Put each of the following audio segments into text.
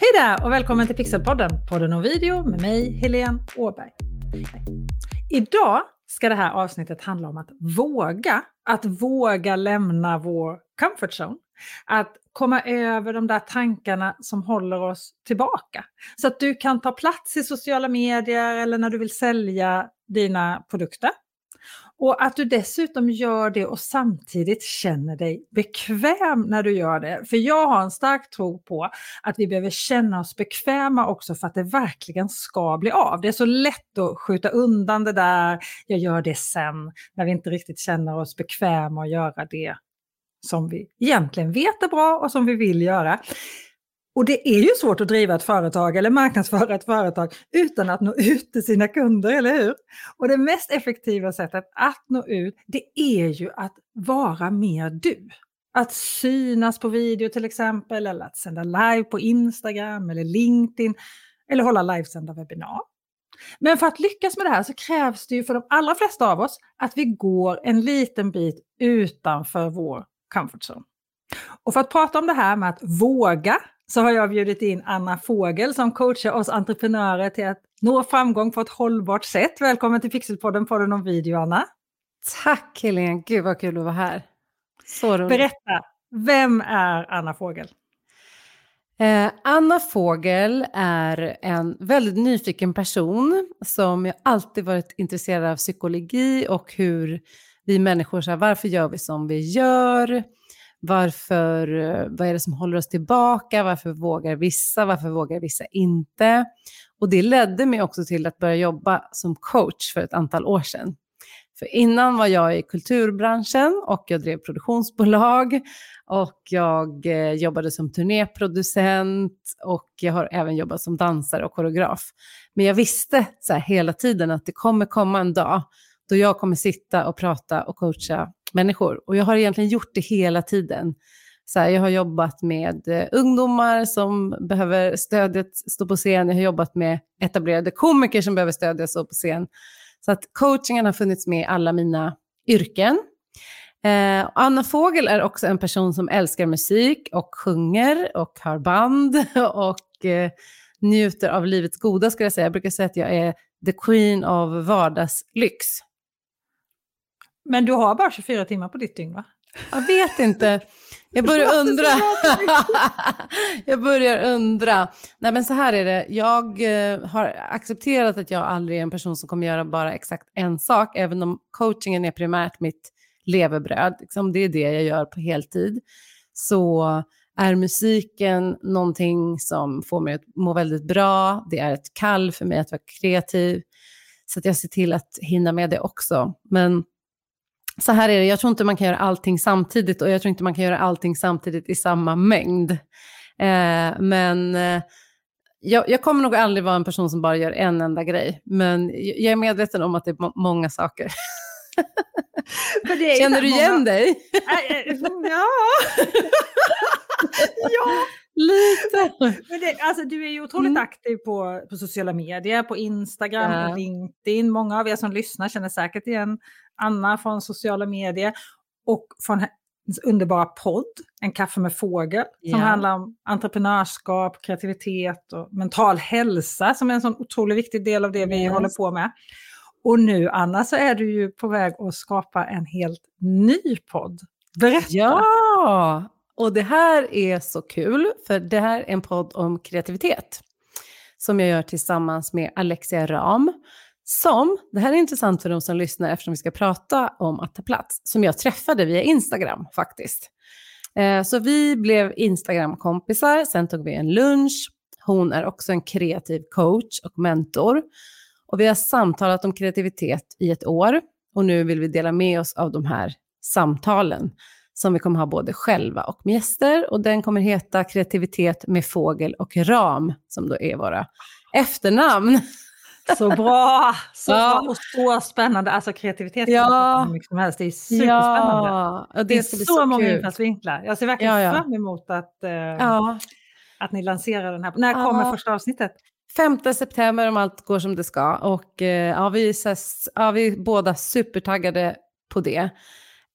Hej där och välkommen till Pixelpodden, podden om video med mig, Helene Åberg. Idag ska det här avsnittet handla om att våga lämna vår comfort zone. Att komma över de där tankarna som håller oss tillbaka. Så att du kan ta plats i sociala medier eller när du vill sälja dina produkter. Och att du dessutom gör det och samtidigt känner dig bekväm när du gör det. För jag har en stark tro på att vi behöver känna oss bekväma också för att det verkligen ska bli av. Det är så lätt att skjuta undan det där, jag gör det sen, när vi inte riktigt känner oss bekväma att göra det som vi egentligen vet är bra och som vi vill göra. Och det är ju svårt att driva ett företag eller marknadsföra ett företag utan att nå ut till sina kunder, eller hur? Och det mest effektiva sättet att nå ut, det är ju att vara mer du. Att synas på video till exempel, eller att sända live på Instagram eller LinkedIn, eller hålla livesända webbinar. Men för att lyckas med det här så krävs det ju för de allra flesta av oss att vi går en liten bit utanför vår comfort zone. Och för att prata om det här med att våga, så har jag bjudit in Anna Fågel som coachar oss entreprenörer till att nå framgång på ett hållbart sätt. Välkommen till Pixelpodden, podden om video, Anna. Tack Helene, gud vad kul att vara här. Så roligt. Berätta, vem är Anna Fågel? Anna Fågel är en väldigt nyfiken person som jag alltid varit intresserad av psykologi och hur vi människor, så här, varför gör vi som vi gör? Vad är det som håller oss tillbaka? Varför vågar vissa inte? Och det ledde mig också till att börja jobba som coach för ett antal år sedan. För innan var jag i kulturbranschen och jag drev produktionsbolag och jag jobbade som turnéproducent och jag har även jobbat som dansare och koreograf. Men jag visste så här hela tiden att det kommer komma en dag då jag kommer sitta och prata och coacha människor. Och jag har egentligen gjort det hela tiden. Så här, jag har jobbat med ungdomar som behöver stödet stå på scen. Jag har jobbat med etablerade komiker som behöver stödet stå på scen. Så att coachingen har funnits med i alla mina yrken. Anna Fågel är också en person som älskar musik och sjunger och har band och njuter av livets goda, ska jag säga. Jag brukar säga att jag är the queen av vardagslyx. Men du har bara 24 timmar på ditt dygn, va? Jag vet inte. Jag börjar undra. Nej, men så här är det. Jag har accepterat att jag aldrig är en person som kommer göra bara exakt en sak. Även om coachingen är primärt mitt levebröd. Liksom, det är det jag gör på heltid. Så är musiken någonting som får mig att må väldigt bra. Det är ett kall för mig att vara kreativ. Så att jag ser till att hinna med det också. Men så här är det, jag tror inte man kan göra allting samtidigt och jag tror inte man kan göra allting samtidigt i samma mängd. Men jag kommer nog aldrig vara en person som bara gör en enda grej. Men jag är medveten om att det är många saker. Känner du igen dig? Ja. Ja. Lite. Men alltså, du är ju otroligt aktiv på sociala medier, på Instagram och LinkedIn. Många av er som lyssnar känner säkert igen Anna från sociala medier och från hennes underbara podd, En kaffe med fågel, som handlar om entreprenörskap, kreativitet och mental hälsa, som är en sån otroligt viktig del av det vi håller på med. Och nu, Anna, så är du ju på väg att skapa en helt ny podd. Berätta! Ja! Och det här är så kul, för det här är en podd om kreativitet som jag gör tillsammans med Alexia Ram. Det här är intressant för de som lyssnar eftersom vi ska prata om att ta plats, som jag träffade via Instagram faktiskt. Så vi blev Instagram-kompisar, sen tog vi en lunch. Hon är också en kreativ coach och mentor. Och vi har samtalat om kreativitet i ett år och nu vill vi dela med oss av de här samtalen som vi kommer ha både själva och med gäster. Och den kommer heta Kreativitet med fågel och ram, som då är våra efternamn. Så bra! Bra och så spännande. Alltså kreativitet kan hur mycket som helst. Det är superspännande. Ja, och det är så många infallsvinklar. Jag ser verkligen fram emot att ni lanserar den här. När kommer första avsnittet? 5 september om allt går som det ska. Och vi är båda supertaggade på det.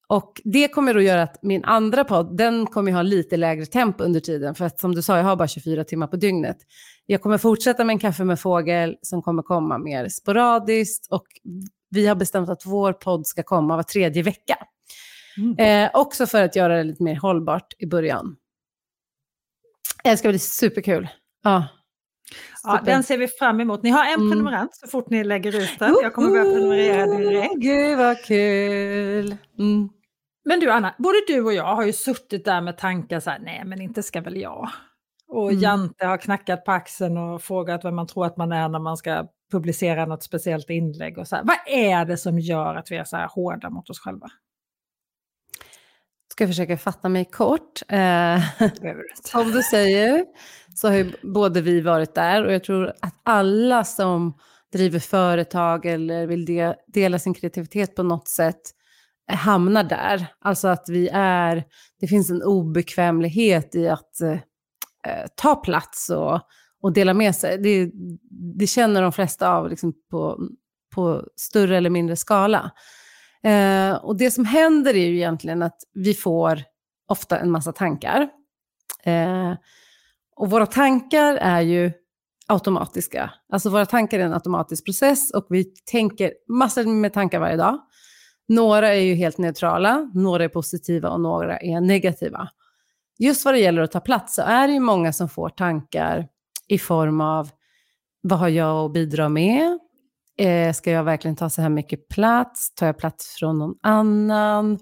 Och det kommer då göra att min andra podd, den kommer ha lite lägre tempo under tiden. För att som du sa, jag har bara 24 timmar på dygnet. Jag kommer fortsätta med en kaffe med fågel som kommer komma mer sporadiskt. Och vi har bestämt att vår podd ska komma var 3:e vecka. Också för att göra det lite mer hållbart i början. Det ska bli superkul. Ja, den ser vi fram emot. Ni har en prenumerant så fort ni lägger ut den. Jag kommer börja prenumerera direkt. Gud vad kul. Men du Anna, både du och jag har ju suttit där med tankar så här, nej men inte ska väl jag. Och Jante har knackat på axeln och frågat vem man tror att man är när man ska publicera något speciellt inlägg. Och så här. Vad är det som gör att vi är så här hårda mot oss själva? Ska jag försöka fatta mig kort. Som du säger så har ju både vi varit där, och jag tror att alla som driver företag eller vill dela sin kreativitet på något sätt hamnar där. Alltså att det finns en obekvämlighet i att ta plats och dela med sig. Det känner de flesta av liksom på större eller mindre skala. Och det som händer är ju egentligen att vi får ofta en massa tankar. Och våra tankar är ju automatiska. Alltså våra tankar är en automatisk process och vi tänker massor med tankar varje dag. Några är ju helt neutrala, några är positiva och några är negativa. Just vad det gäller att ta plats så är det ju många som får tankar i form av vad har jag att bidra med? Ska jag verkligen ta så här mycket plats? Tar jag plats från någon annan?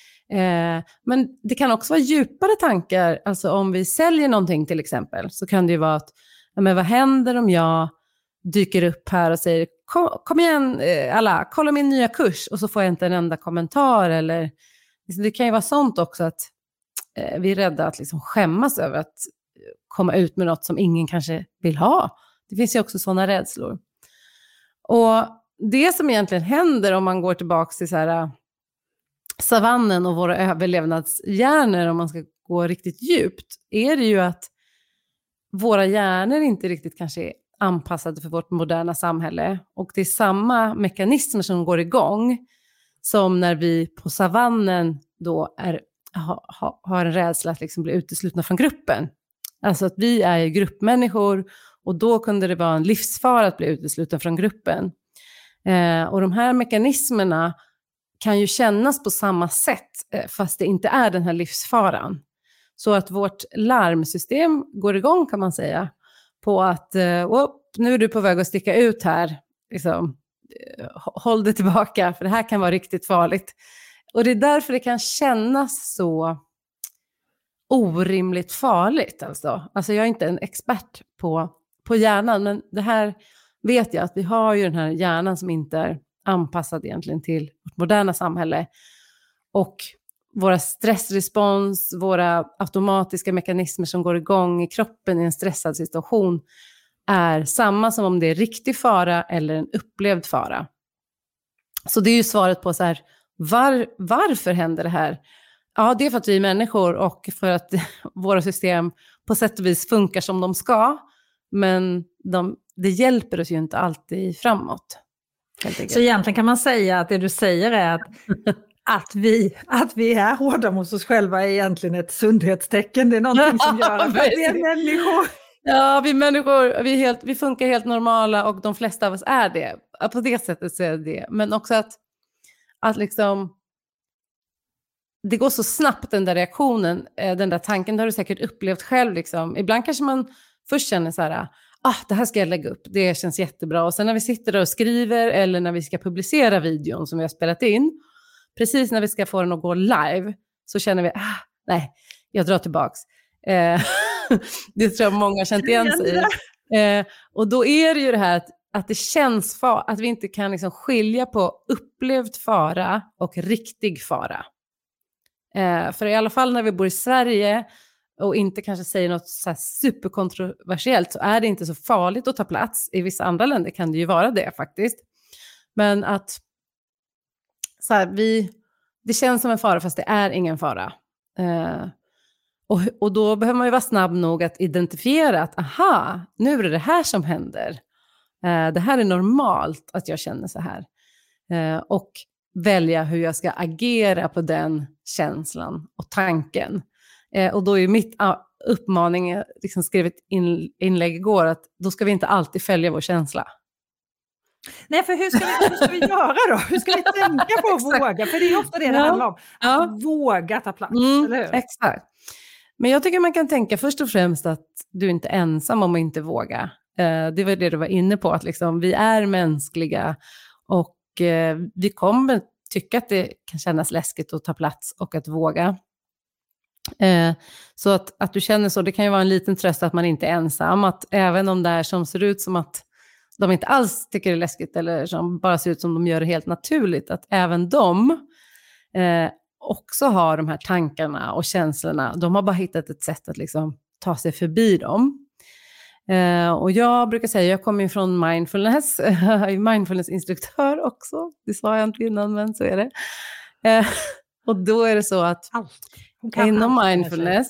Men det kan också vara djupare tankar. Alltså om vi säljer någonting till exempel så kan det ju vara att men vad händer om jag dyker upp här och säger kom igen alla, kolla min nya kurs, och så får jag inte en enda kommentar. Eller, det kan ju vara sånt också att vi är rädda att liksom skämmas över att komma ut med något som ingen kanske vill ha. Det finns ju också sådana rädslor. Och det som egentligen händer om man går tillbaka till så här, savannen och våra överlevnadshjärnor, om man ska gå riktigt djupt, är det ju att våra hjärnor inte riktigt kanske är anpassade för vårt moderna samhälle. Och det är samma mekanismer som går igång som när vi på savannen då har en rädsla att liksom bli uteslutna från gruppen. Alltså att vi är gruppmänniskor och då kunde det vara en livsfara att bli utesluten från gruppen. Och de här mekanismerna kan ju kännas på samma sätt fast det inte är den här livsfaran. Så att vårt larmsystem går igång kan man säga på att nu är du på väg att sticka ut här. Liksom, håll det tillbaka för det här kan vara riktigt farligt. Och det är därför det kan kännas så orimligt farligt. Alltså jag är inte en expert på hjärnan, men det här vet jag att vi har ju den här hjärnan som inte är anpassad egentligen till vårt moderna samhälle. Och våra stressrespons, våra automatiska mekanismer som går igång i kroppen i en stressad situation är samma som om det är riktig fara eller en upplevd fara. Så det är ju svaret på så här, varför händer det här? Ja, det är för att vi är människor och för att våra system på sätt och vis funkar som de ska. Men det hjälper oss ju inte alltid framåt. Så egentligen kan man säga att det du säger är att vi är hårda mot oss själva är egentligen ett sundhetstecken. Det är någonting som gör att vi är människor. Ja, vi människor, vi funkar helt normala och de flesta av oss är det. På det sättet så är det. Men också att liksom det går så snabbt den där reaktionen, den där tanken, det har du säkert upplevt själv. Liksom. Ibland kanske man först känner så här, det här ska jag lägga upp, det känns jättebra. Och sen när vi sitter där och skriver eller när vi ska publicera videon som vi har spelat in, precis när vi ska få den att gå live så känner vi, nej, jag drar tillbaks. Det tror jag många har känt igen sig i. Och då är det ju det här att det känns att vi inte kan liksom skilja på upplevd fara och riktig fara. För i alla fall när vi bor i Sverige och inte kanske säger något så här superkontroversiellt så är det inte så farligt att ta plats. I vissa andra länder kan det ju vara det faktiskt. Men att så här, det känns som en fara fast det är ingen fara. Och då behöver man ju vara snabb nog att identifiera att nu är det här som händer. Det här är normalt att jag känner så här. Och välja hur jag ska agera på den känslan och tanken. Och då är mitt uppmaning, jag liksom skrev ett inlägg igår, att då ska vi inte alltid följa vår känsla. Nej, för hur ska vi göra då? Hur ska vi tänka på att våga? För det är ofta det handlar om. Att våga ta plats, eller hur? Exakt. Men jag tycker man kan tänka först och främst att du inte är ensam om att inte våga. Det var det du var inne på, att liksom, vi är mänskliga och vi kommer tycka att det kan kännas läskigt att ta plats och att våga. Så att du känner så, det kan ju vara en liten tröst att man inte är ensam. Att även om det är som ser ut som att de inte alls tycker det är läskigt eller som bara ser ut som de gör det helt naturligt, att även de också har de här tankarna och känslorna. De har bara hittat ett sätt att liksom ta sig förbi dem. Och jag brukar säga, jag kommer ju från mindfulness. Jag är mindfulness-instruktör också. Det sa jag inte innan, men så är det. Och då är det så att inom mindfulness...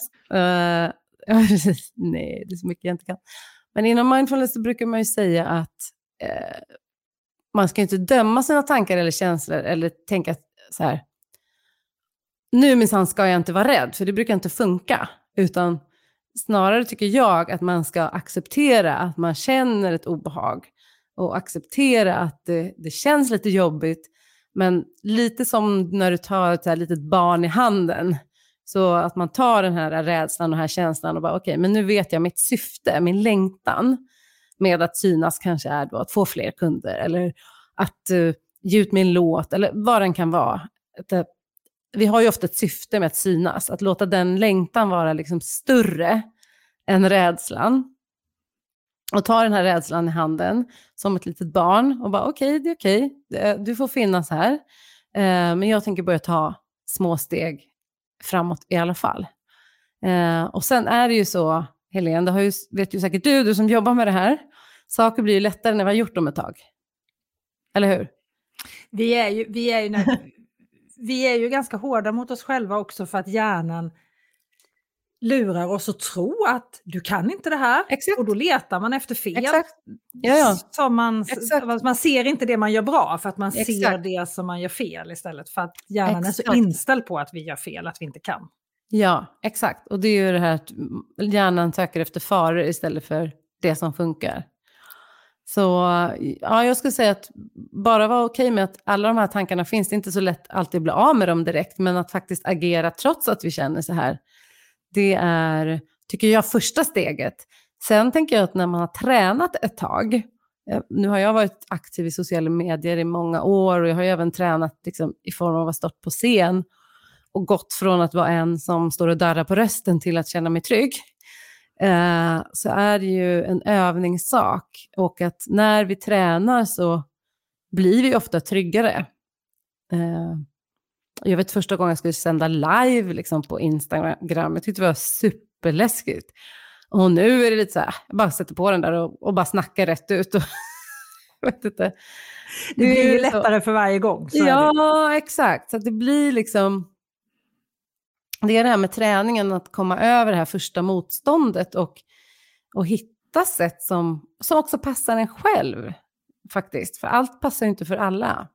nej, det är så mycket jag inte kan. Men inom mindfulness så brukar man ju säga att man ska inte döma sina tankar eller känslor eller tänka så här, nu minsann ska jag inte vara rädd, för det brukar inte funka. Utan snarare tycker jag att man ska acceptera att man känner ett obehag och acceptera att det känns lite jobbigt, men lite som när du tar ett här litet barn i handen. Så att man tar den här rädslan och den här känslan och bara okej, men nu vet jag mitt syfte, min längtan med att synas kanske är då att få fler kunder eller att ge ut min låt eller vad den kan vara. Vi har ju ofta ett syfte med att synas, att låta den längtan vara liksom större än rädslan. Och ta den här rädslan i handen som ett litet barn och bara okej, det är okej. Du får finnas här. Men jag tänker börja ta små steg framåt i alla fall. Och sen är det ju så, Helene, det vet ju säkert du som jobbar med det här. Saker blir ju lättare när vi har gjort dem ett tag. Eller hur? Vi är ju ganska hårda mot oss själva också, för att hjärnan lurar oss att tro att du kan inte det här. Exakt. Och då letar man efter fel. Exakt. Ja. Som man ser inte det man gör bra, för att man Exakt. ser det som man gör fel istället. För att hjärnan är så inställd på att vi gör fel, att vi inte kan. Ja, exakt. Och det är ju det här att hjärnan söker efter faror istället för det som funkar. Så ja, jag skulle säga att bara vara okej med att alla de här tankarna finns. Det är inte så lätt alltid att bli av med dem direkt, men att faktiskt agera trots att vi känner så här. Det är, tycker jag, första steget. Sen tänker jag att när man har tränat ett tag, nu har jag varit aktiv i sociala medier i många år och jag har ju även tränat liksom, i form av att ha stått på scen och gått från att vara en som står och darrar på rösten till att känna mig trygg. Så är det ju en övningssak, och att när vi tränar så blir vi ofta tryggare. Jag vet första gången jag skulle sända live liksom på Instagram, jag tyckte det var superläskigt. Och nu är det lite så här, jag bara sätter på den där och bara snackar rätt ut. Och jag vet inte. Det blir ju lättare för varje gång. Ja, exakt. Så att det blir liksom, det är det här med träningen, att komma över det här första motståndet och hitta sätt som också passar en själv faktiskt. För allt passar inte för alla.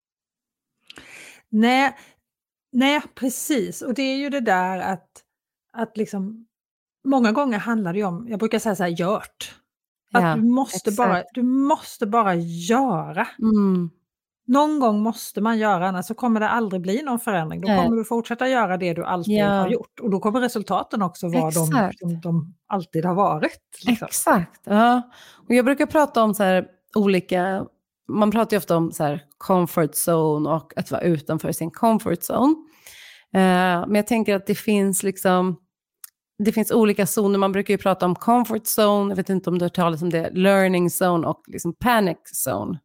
Nej, precis. Och det är ju det där att liksom, många gånger handlar det ju om, jag brukar säga så här, gjort. Att Ja, du måste bara göra. Mm. Någon gång måste man göra, annars så kommer det aldrig bli någon förändring. Då kommer du fortsätta göra det du alltid har gjort. Och då kommer resultaten också vara de som de alltid har varit. Liksom. Exakt, ja. Och jag brukar prata om så här olika, man pratar ju ofta om så här comfort zone och att vara utanför sin comfort zone. Men jag tänker att det finns olika zoner. Man brukar ju prata om comfort zone, jag vet inte om du har talat om det, learning zone och liksom panic zone.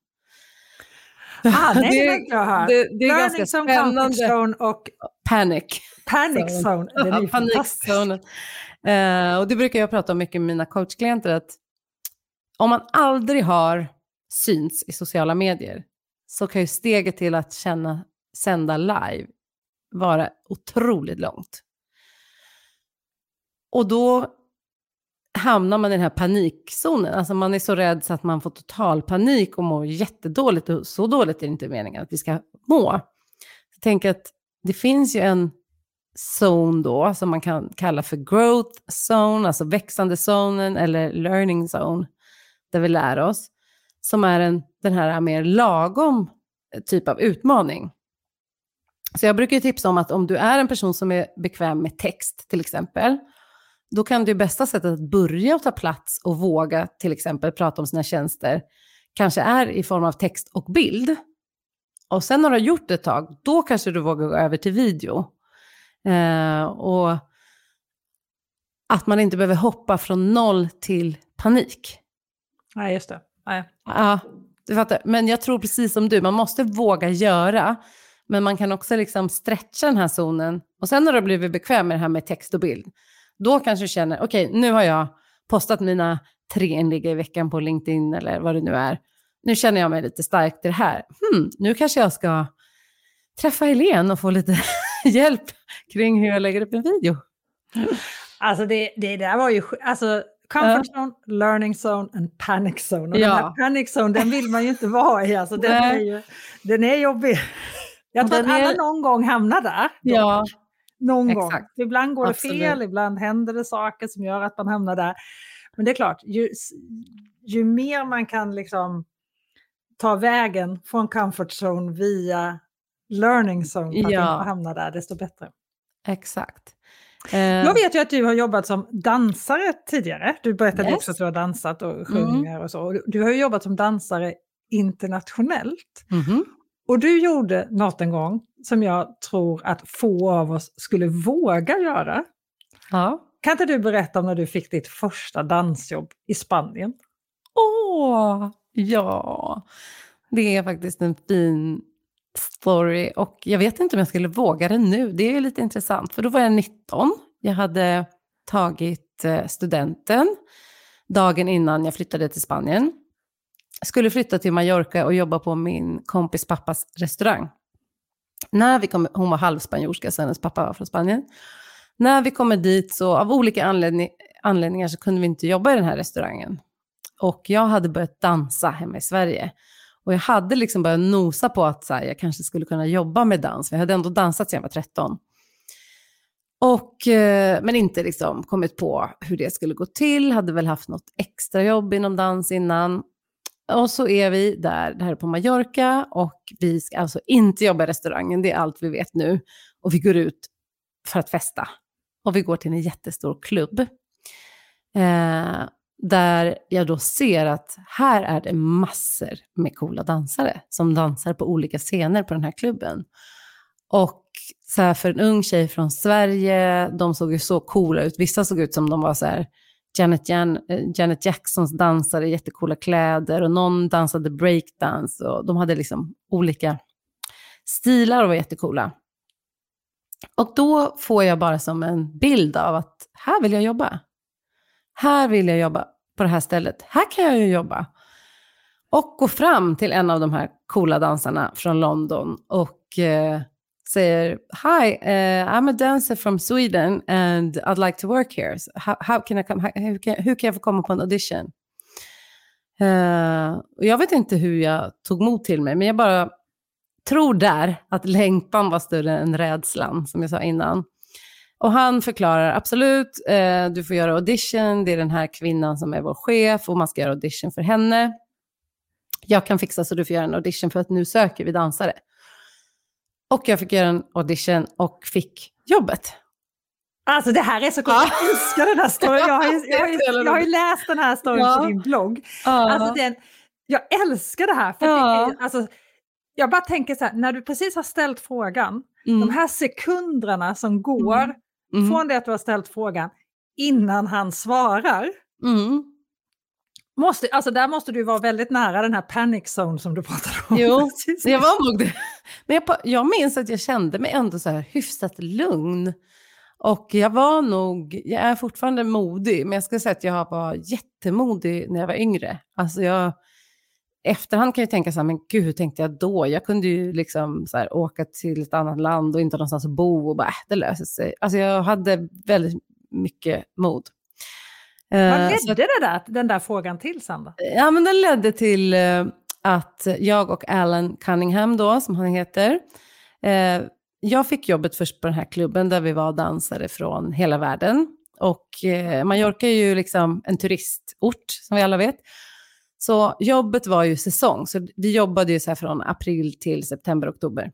Nej, det är ganska spännande. Comfort zone och panic zone. Det är panikzonen. Och det brukar jag prata om mycket med mina coachklienter, att om man aldrig har syns i sociala medier så kan ju steget till att sända live vara otroligt långt. Och då hamnar man i den här panikzonen. Alltså man är så rädd så att man får total panik och mår jättedåligt. Och så dåligt är det inte meningen att vi ska må. tänker att det finns ju en zone då som man kan kalla för growth zone, alltså växande zonen eller learning zone, där vi lär oss, som är den här mer lagom typ av utmaning. Så jag brukar tipsa om att om du är en person som är bekväm med text till exempel, då kan det bästa sättet att börja och ta plats och våga till exempel prata om sina tjänster kanske är i form av text och bild. Och sen när du har gjort det ett tag, då kanske du vågar gå över till video. Och att man inte behöver hoppa från 0 till panik. Nej, just det. Nej. Ja, du fattar. Men jag tror precis som du, man måste våga göra. Men man kan också liksom stretcha den här zonen. Och sen när du har blivit bekväm med det här med text och bild, då kanske du känner, okej, nu har jag postat mina 3 inlägg i veckan på LinkedIn eller vad det nu är. Nu känner jag mig lite stark till det här. Nu kanske jag ska träffa Helene och få lite hjälp kring hur jag lägger upp en video. Alltså det där var ju, alltså comfort zone, learning zone and panic zone. Och den här panic zone, den vill man ju inte vara i. Alltså den är jobbig. Jag tror att alla någon gång hamnar där. Ja, någon gång. Ibland går det fel, ibland händer det saker som gör att man hamnar där. Men det är klart, ju mer man kan liksom ta vägen från comfort zone via learning zone för att inte hamna där, desto bättre. Exakt. Jag vet ju att du har jobbat som dansare tidigare. Du berättade också att du har dansat och sjunger och så. Du har ju jobbat som dansare internationellt. Och du gjorde något en gång som jag tror att få av oss skulle våga göra. Ja. Kan inte du berätta om när du fick ditt första dansjobb i Spanien? Ja. Det är faktiskt en fin story och jag vet inte om jag skulle våga det nu. Det är lite intressant för då var jag 19. Jag hade tagit studenten dagen innan jag flyttade till Spanien. Jag skulle flytta till Mallorca och jobba på min kompis pappas restaurang. Hon var halvspanjorska, så hennes pappa var från Spanien. När vi kommer dit så av olika anledningar så kunde vi inte jobba i den här restaurangen. Och jag hade börjat dansa hemma i Sverige. Och jag hade liksom börjat nosa på att så här, jag kanske skulle kunna jobba med dans. För jag hade ändå dansat sedan jag var 13. Men inte liksom kommit på hur det skulle gå till. Hade väl haft något extra jobb inom dans innan. Och så är vi där, det här är på Mallorca. Och vi ska alltså inte jobba i restaurangen, det är allt vi vet nu. Och vi går ut för att festa. Och vi går till en jättestor klubb. Där jag då ser att här är det massor med coola dansare som dansar på olika scener på den här klubben. Och så här, för en ung tjej från Sverige, de såg ju så coola ut. Vissa såg ut som de var så här Janet Jacksons dansare, jättecoola kläder, och någon dansade breakdance, och de hade liksom olika stilar och var jättecoola. Och då får jag bara som en bild av att här vill jag jobba. Här vill jag jobba på det här stället. Här kan jag ju jobba. Och gå fram till en av de här coola dansarna från London och säger, hi, I'm a dancer from Sweden and I'd like to work here. So how can I come? Hur kan jag få komma på en audition? Och jag vet inte hur jag tog mod till mig, men jag bara tror där att längtan var större än rädslan, som jag sa innan. Och han förklarar, absolut, du får göra audition. Det är den här kvinnan som är vår chef och man ska göra audition för henne. Jag kan fixa så du får göra en audition för att nu söker vi dansare. Och jag fick göra en audition och fick jobbet. Alltså det här är så coolt. Jag älskar den här storyn. Jag har ju läst den här storyn på din blogg. Alltså jag älskar det här. För alltså, jag bara tänker så här, när du precis har ställt frågan, de här sekunderna som går från det att du har ställt frågan innan han svarar, där måste du vara väldigt nära den här panic zone som du pratade om. Jo, jag var nog det. Men jag minns att jag kände mig ändå så här hyfsat lugn. Och jag är fortfarande modig, men jag ska säga att jag var jättemodig när jag var yngre. Alltså efterhand kan jag tänka så här, men gud, hur tänkte jag då? Jag kunde ju liksom så här, åka till ett annat land och inte någonstans att bo och bara, det löser sig. Alltså jag hade väldigt mycket mod. Vad ledde den där frågan till, Sandra? Ja, men den ledde till att jag och Alan Cunningham då, som han heter, Jag fick jobbet först på den här klubben där vi var dansare från hela världen. Och Mallorca är ju liksom en turistort som vi alla vet. Så jobbet var ju säsong. Så vi jobbade ju så här från april till september, oktober.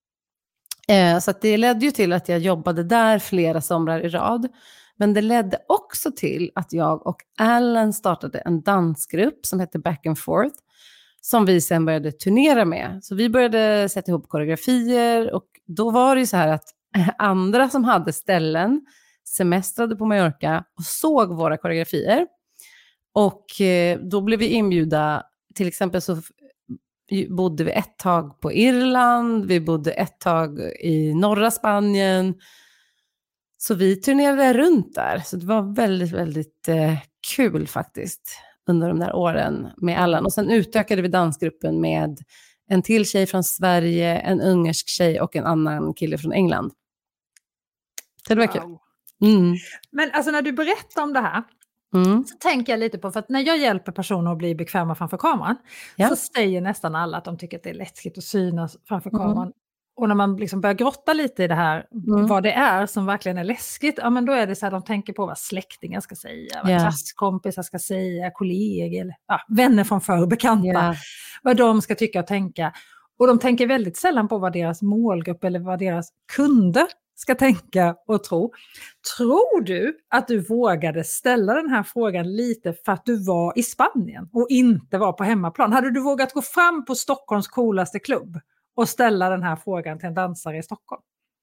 Så att det ledde ju till att jag jobbade där flera somrar i rad. Men det ledde också till att jag och Alan startade en dansgrupp som hette Back and Forth. Som vi sen började turnera med. Så vi började sätta ihop koreografier. Och då var det ju så här att andra som hade ställen semestrade på Mallorca och såg våra koreografier. Och då blev vi inbjudda, till exempel så bodde vi ett tag på Irland, vi bodde ett tag i norra Spanien. Så vi turnerade runt där, så det var väldigt, väldigt kul faktiskt under de där åren med Allan. Och sen utökade vi dansgruppen med en till tjej från Sverige, en ungersk tjej och en annan kille från England. Så det var kul. Men alltså när du berättar om det här så tänker jag lite på, för att när jag hjälper personer att bli bekväma framför kameran så säger nästan alla att de tycker att det är läskigt att synas framför kameran. Och när man liksom börjar grotta lite i det här, vad det är som verkligen är läskigt, ja men då är det så här, de tänker på vad släktingar ska säga, vad klasskompisar ska säga, kollegor, vänner från förr, bekanta, vad de ska tycka och tänka. Och de tänker väldigt sällan på vad deras målgrupp eller vad deras kunder ska tänka och tro. Tror du att du vågade ställa den här frågan lite för att du var i Spanien och inte var på hemmaplan? Hade du vågat gå fram på Stockholms coolaste klubb och ställa den här frågan till en dansare i Stockholm?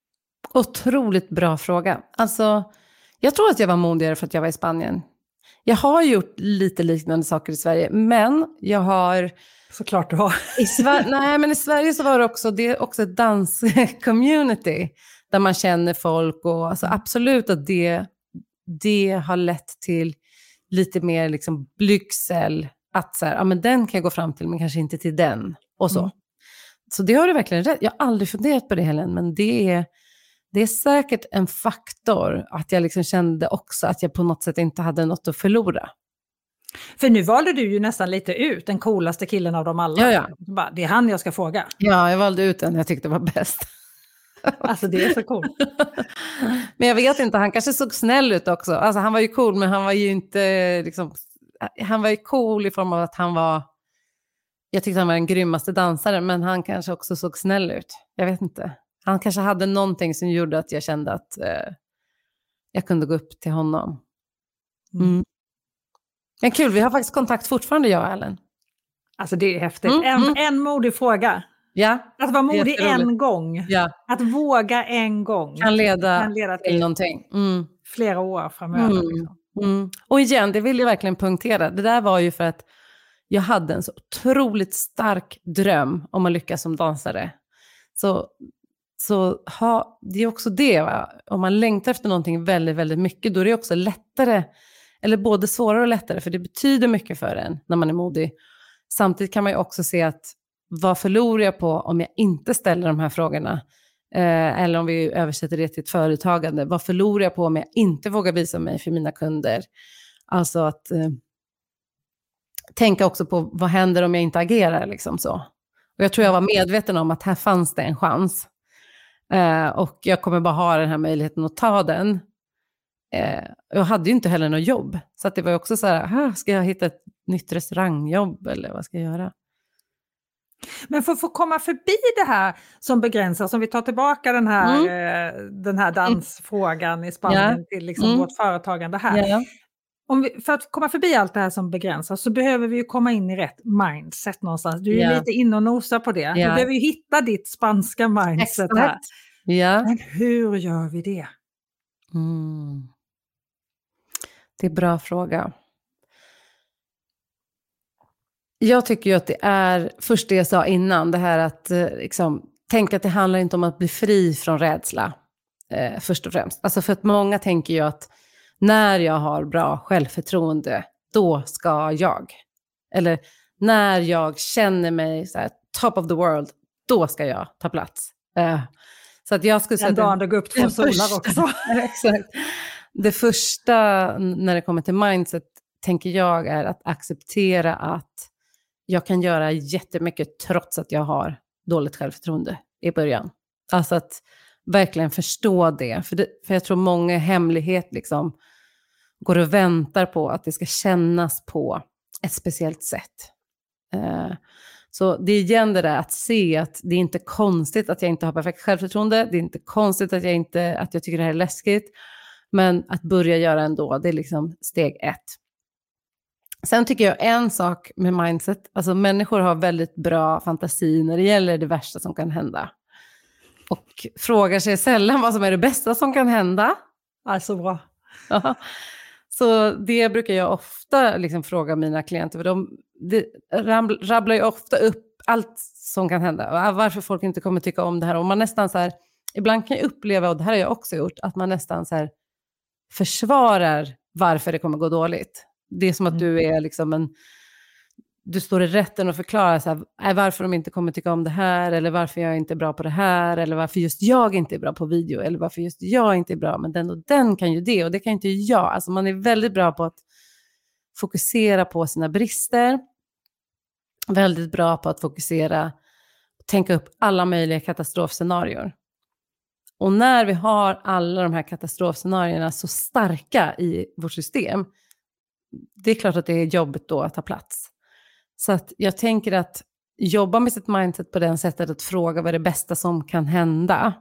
Otroligt bra fråga. Alltså, jag tror att jag var modigare för att jag var i Spanien. Jag har gjort lite liknande saker i Sverige, men jag har... Såklart du har. Nej, men i Sverige så var det är också ett danscommunity där man känner folk och alltså absolut att det har lett till lite mer liksom blygsel, att så här, ja men den kan jag gå fram till men kanske inte till den och så. Så det har du verkligen rätt. Jag har aldrig funderat på det heller, men det är säkert en faktor att jag liksom kände också att jag på något sätt inte hade något att förlora. För nu valde du ju nästan lite ut den coolaste killen av dem alla. Ja. Bara, det är han jag ska fråga. Ja, jag valde ut den jag tyckte var bäst. Alltså det är så coolt. Men jag vet inte, han kanske såg snäll ut också. Alltså han var ju cool, men han var ju inte liksom, han var ju cool i form av att han var, jag tyckte han var den grymmaste dansaren, men han kanske också såg snäll ut. Jag vet inte. Han kanske hade någonting som gjorde att jag kände att jag kunde gå upp till honom. Men kul, vi har faktiskt kontakt fortfarande, jag och Ellen. Alltså det är häftigt. En modig fråga. Ja. Att vara modig en gång. Ja. Att våga en gång. Kan leda till någonting. Flera år framöver. Liksom. Och igen, det vill jag verkligen punktera. Det där var ju för att jag hade en så otroligt stark dröm om att lyckas som dansare. Så det är också det, va? Om man längtar efter någonting väldigt, väldigt mycket, då är det också lättare, eller både svårare och lättare, för det betyder mycket för en när man är modig. Samtidigt kan man ju också se att vad förlorar jag på om jag inte ställer de här frågorna? Eller om vi översätter det till ett företagande. Vad förlorar jag på om jag inte vågar visa mig för mina kunder? Alltså att tänka också på vad händer om jag inte agerar. Liksom så. Och jag tror jag var medveten om att här fanns det en chans. Och jag kommer bara ha den här möjligheten att ta den. Jag hade ju inte heller något jobb. Så att det var också så här, ska jag hitta ett nytt restaurangjobb eller vad ska jag göra? Men för att få komma förbi det här som begränsar, som vi tar tillbaka den här dansfrågan i Spanien till liksom vårt företagande här. Ja. För att komma förbi allt det här som begränsar så behöver vi ju komma in i rätt mindset någonstans. Du är ju lite in och nosar på det. Du behöver ju hitta ditt spanska mindset här. Ja. Men hur gör vi det? Det är en bra fråga. Jag tycker ju att det är, först det jag sa innan, det här att liksom, tänka att det handlar inte om att bli fri från rädsla, först och främst. Alltså för att många tänker ju att när jag har bra självförtroende, då ska jag. Eller när jag känner mig så här, top of the world, då ska jag ta plats. Så att jag skulle säga en dag det går upp 2 solar också. Exakt. Det första när det kommer till mindset tänker jag är att acceptera att jag kan göra jättemycket trots att jag har dåligt självförtroende i början. Alltså att verkligen förstå det. För jag tror många hemlighet liksom går och väntar på att det ska kännas på ett speciellt sätt. Så det är igen det där att se att det är inte konstigt att jag inte har perfekt självförtroende. Det är inte konstigt att jag tycker det här är läskigt. Men att börja göra ändå, det är liksom steg 1. Sen tycker jag en sak med mindset, alltså människor har väldigt bra fantasi när det gäller det värsta som kan hända. Och frågar sig sällan vad som är det bästa som kan hända. Alltså bra. Ja. Så det brukar jag ofta liksom fråga mina klienter. För de rabblar ju ofta upp allt som kan hända. Varför folk inte kommer tycka om det här. Och man nästan så här, ibland kan jag uppleva, och det här har jag också gjort, att man nästan så här försvarar varför det kommer gå dåligt. Det är som att du är liksom du står i rätten och förklarar så här, varför de inte kommer tycka om det här, eller varför jag inte är bra på det här, eller varför just jag inte är bra på video, eller varför just jag inte är bra, men den och den kan ju det och det kan inte jag. Alltså man är väldigt bra på att fokusera på sina brister, väldigt bra på att fokusera och tänka upp alla möjliga katastrofscenarier. Och när vi har alla de här katastrofscenarierna så starka i vårt system, det är klart att det är jobbigt då att ta plats. Så att jag tänker att jobba med sitt mindset på det sättet att fråga vad är det bästa som kan hända.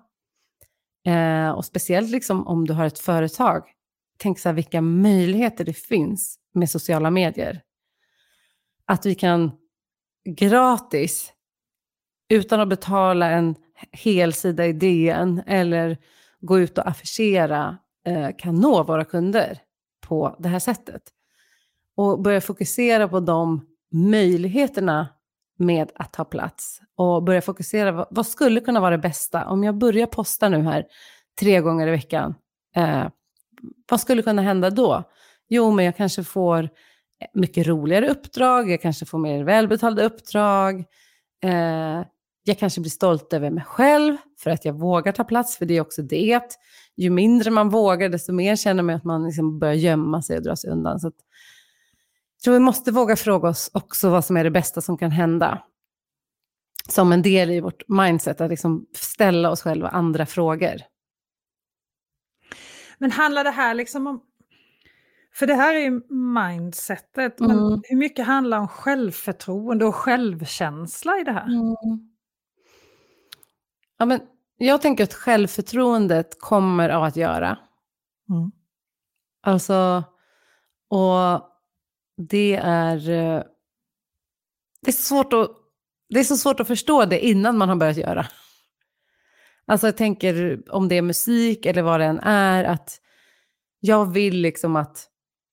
Och speciellt liksom om du har ett företag. Tänk så här vilka möjligheter det finns med sociala medier. Att vi kan gratis, utan att betala en hel sida i DN eller gå ut och affischera, kan nå våra kunder på det här sättet. Och börja fokusera på de möjligheterna med att ta plats. Och börja fokusera, vad skulle kunna vara det bästa? Om jag börjar posta nu här 3 gånger i veckan, vad skulle kunna hända då? Jo, men jag kanske får mycket roligare uppdrag. Jag kanske får mer välbetalda uppdrag. Jag kanske blir stolt över mig själv för att jag vågar ta plats. För det är också det. Ju mindre man vågar, desto mer känner man att man liksom börjar gömma sig och dra sig undan. Så att, jag tror vi måste våga fråga oss också vad som är det bästa som kan hända. Som en del i vårt mindset, att liksom ställa oss själva andra frågor. Men handlar det här liksom om... För det här är ju mindsetet, men hur mycket handlar om självförtroende och självkänsla i det här? Ja, men jag tänker att självförtroendet kommer av att göra. Alltså, och det är så svårt att förstå det innan man har börjat göra. Alltså jag tänker om det är musik eller vad det än är, att jag vill liksom att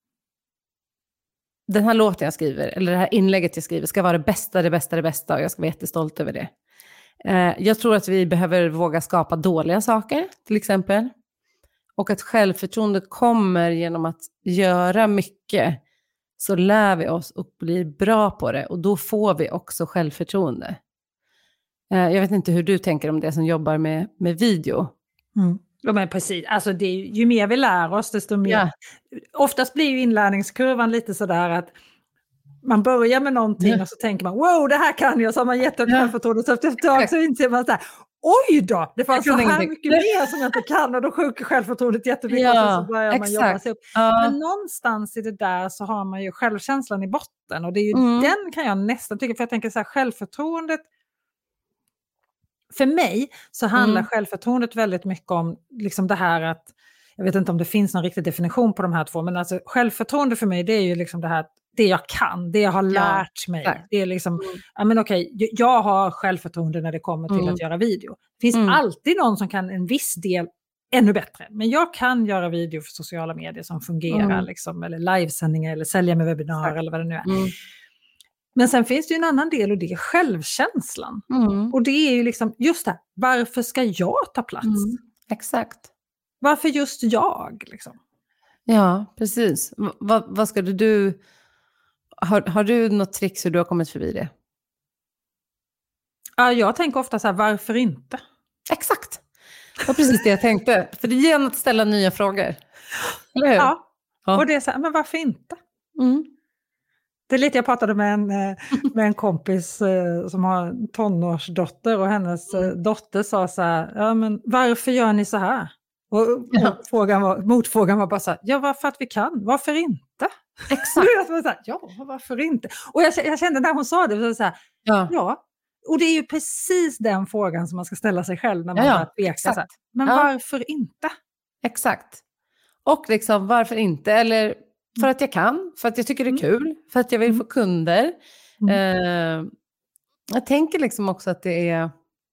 den här låten jag skriver, eller det här inlägget jag skriver, ska vara det bästa och jag ska vara jättestolt över det. Jag tror att vi behöver våga skapa dåliga saker, till exempel. Och att självförtroendet kommer genom att göra mycket, så lär vi oss och blir bra på det. Och då får vi också självförtroende. Jag vet inte hur du tänker om det som jobbar med video. Ja, men precis. Alltså det är, ju mer vi lär oss, desto mer... Ja. Oftast blir ju inlärningskurvan lite sådär att man börjar med någonting och så tänker man, wow, det här kan jag, så har man gett upp självförtroende, så efter ett tag så inser man såhär, oj då, det fanns så här mycket mer som jag inte kan, och då sjunker självförtroendet jättemycket, och så börjar man jobba sig upp. Men någonstans i det där så har man ju självkänslan i botten, och det är ju den kan jag nästan tycka, för jag tänker så här, självförtroendet, för mig så handlar självförtroendet väldigt mycket om liksom det här att, jag vet inte om det finns någon riktig definition på de här två, men alltså självförtroende för mig, det är ju liksom det här, det jag kan, det jag har lärt mig. Det är liksom, ja men okej, jag har självförtroende när det kommer till att göra video. Det finns alltid någon som kan en viss del ännu bättre, men jag kan göra video för sociala medier som fungerar liksom, eller livesändningar eller sälja med webbinar eller vad det nu är. Men sen finns det ju en annan del, och det är självkänslan. Och det är ju liksom just det här, varför ska jag ta plats? Exakt. Varför just jag? Liksom? Ja, precis. Vad ska du... Har du något tricks hur du har kommit förbi det? Ja, jag tänker ofta så här, varför inte? Exakt. Det var precis det jag tänkte. För det ger att ställa nya frågor. Eller hur? Ja. Och det är så här, men varför inte? Det är lite, jag pratade med en kompis som har en tonårsdotter och hennes dotter sa så här, ja men varför gör ni så här? Och motfrågan var bara så här, ja för att vi kan, varför inte? Exakt. Jag var så här, ja varför inte? Och jag kände när hon sa det, så här, ja. Och det är ju precis den frågan som man ska ställa sig själv när man börjar tveka. Så här, men varför inte? Exakt. Och liksom varför inte? Eller för att jag kan, för att jag tycker det är kul, för att jag vill få kunder. Jag tänker liksom också att det är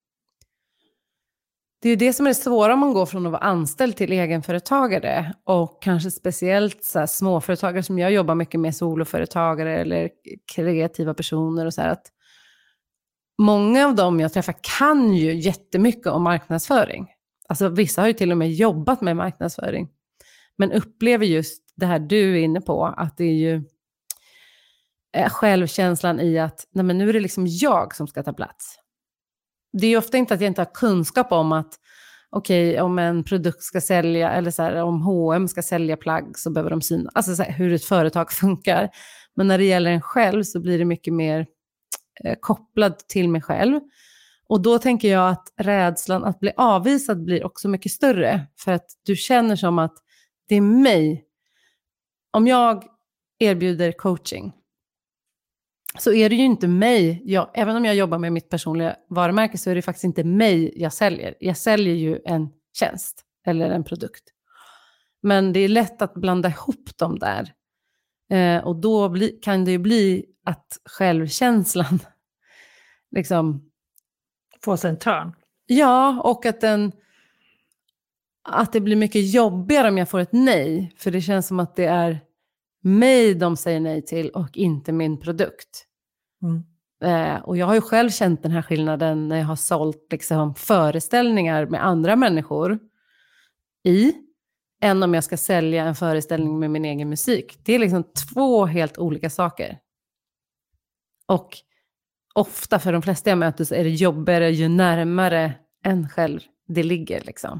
ju det som är det svåra om man går från att vara anställd till egenföretagare. Och kanske speciellt så här, småföretagare som jag jobbar mycket med, soloföretagare eller kreativa personer och så här, att många av dem jag träffar kan ju jättemycket om marknadsföring. Alltså vissa har ju till och med jobbat med marknadsföring. Men upplever just det här du är inne på, att det är ju självkänslan i att nej men nu är det liksom jag som ska ta plats. Det är ju ofta inte att jag inte har kunskap om att okej, om en produkt ska sälja eller så här, om H&M ska sälja plagg så behöver de syna. Alltså så här, hur ett företag funkar. Men när det gäller en själv så blir det mycket mer kopplad till mig själv. Och då tänker jag att rädslan att bli avvisad blir också mycket större. För att du känner som att det är mig. Om jag erbjuder coaching så är det ju inte mig. Även om jag jobbar med mitt personliga varumärke så är det faktiskt inte mig jag säljer. Jag säljer ju en tjänst eller en produkt. Men det är lätt att blanda ihop dem där. Och då kan det ju bli att självkänslan liksom får sig en törn. Ja, och att det blir mycket jobbigare om jag får ett nej. För det känns som att det är mig de säger nej till och inte min produkt. Och jag har ju själv känt den här skillnaden när jag har sålt liksom föreställningar med andra människor än om jag ska sälja en föreställning med min egen musik. Det är liksom 2 helt olika saker. Och ofta för de flesta jag möter så är det jobbigare ju närmare en själv det ligger liksom.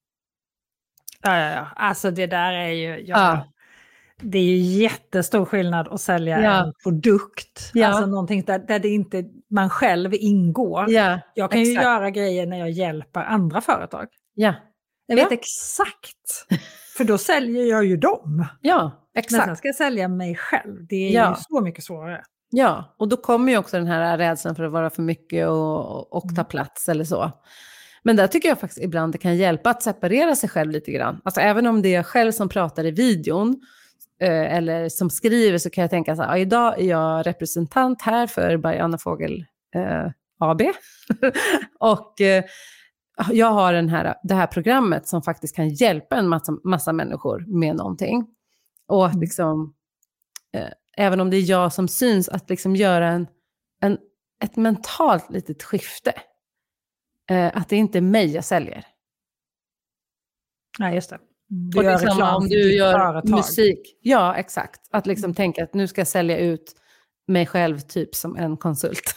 Ja. Alltså det där är ju... Det är ju jättestor skillnad att sälja en produkt. Ja. Alltså någonting där det inte man själv ingår. Ja, jag kan ju göra grejer när jag hjälper andra företag. Ja. Jag vet exakt. För då säljer jag ju dem. Ja, exakt. Men sen ska jag sälja mig själv. Det är ju så mycket svårare. Ja, och då kommer ju också den här rädslan för att vara för mycket och ta plats eller så. Men där tycker jag faktiskt ibland det kan hjälpa att separera sig själv lite grann. Alltså även om det är jag själv som pratar i videon eller som skriver så kan jag tänka så här, idag är jag representant här för By Anna Fågel AB. Och jag har det här programmet som faktiskt kan hjälpa en massa människor med någonting. Och att liksom, även om det är jag som syns, att liksom göra ett mentalt litet skifte. Att det inte är mig jag säljer. Nej, just det. Du gör reklam om du gör företag. Musik. Ja, exakt. Att liksom tänka att nu ska jag sälja ut mig själv typ som en konsult.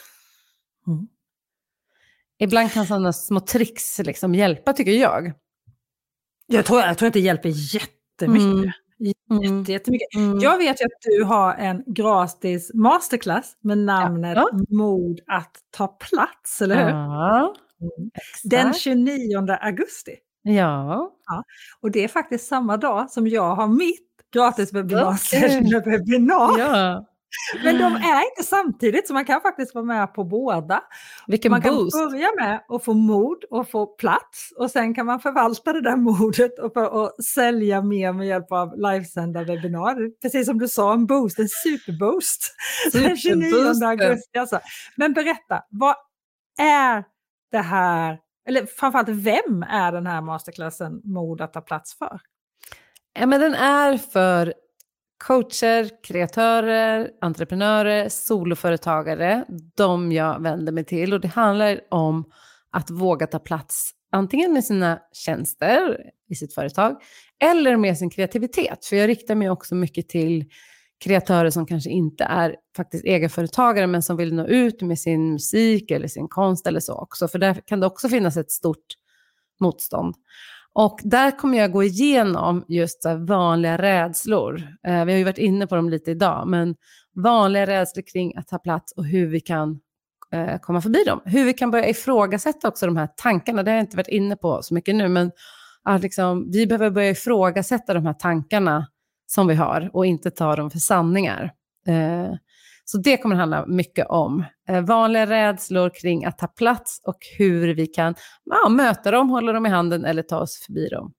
Ibland kan sådana små tricks liksom hjälpa, tycker jag. Jag tror att det hjälper jättemycket. Jättemycket. Jag vet ju att du har en gratis masterclass med namnet Mod att ta plats, eller hur? Ja, den 29 augusti. Ja. Och det är faktiskt samma dag som jag har mitt gratis webinar. Ja. Men de är inte samtidigt, så man kan faktiskt vara med på båda. Vilken man boost. Kan börja med att få mod och få plats, och sen kan man förvalta det där modet och sälja mer med hjälp av livesända webbinar. Precis som du sa, en boost, en superboost. Den 29 augusti alltså. Men berätta, vad är det här, eller framförallt vem är den här masterklassen Mod att ta plats för? Ja, men den är för coacher, kreatörer, entreprenörer, soloföretagare, de jag vänder mig till. Och det handlar om att våga ta plats antingen med sina tjänster i sitt företag eller med sin kreativitet. För jag riktar mig också mycket till kreatörer som kanske inte är faktiskt egenföretagare men som vill nå ut med sin musik eller sin konst eller så också. För där kan det också finnas ett stort motstånd. Och där kommer jag gå igenom just så här vanliga rädslor. Vi har ju varit inne på dem lite idag, men vanliga rädslor kring att ta plats och hur vi kan komma förbi dem. Hur vi kan börja ifrågasätta också de här tankarna. Det har jag inte varit inne på så mycket nu, men att liksom, vi behöver börja ifrågasätta de här tankarna som vi har och inte ta dem för sanningar. Så det kommer handla mycket om vanliga rädslor kring att ta plats och hur vi kan möta dem, hålla dem i handen eller ta oss förbi dem.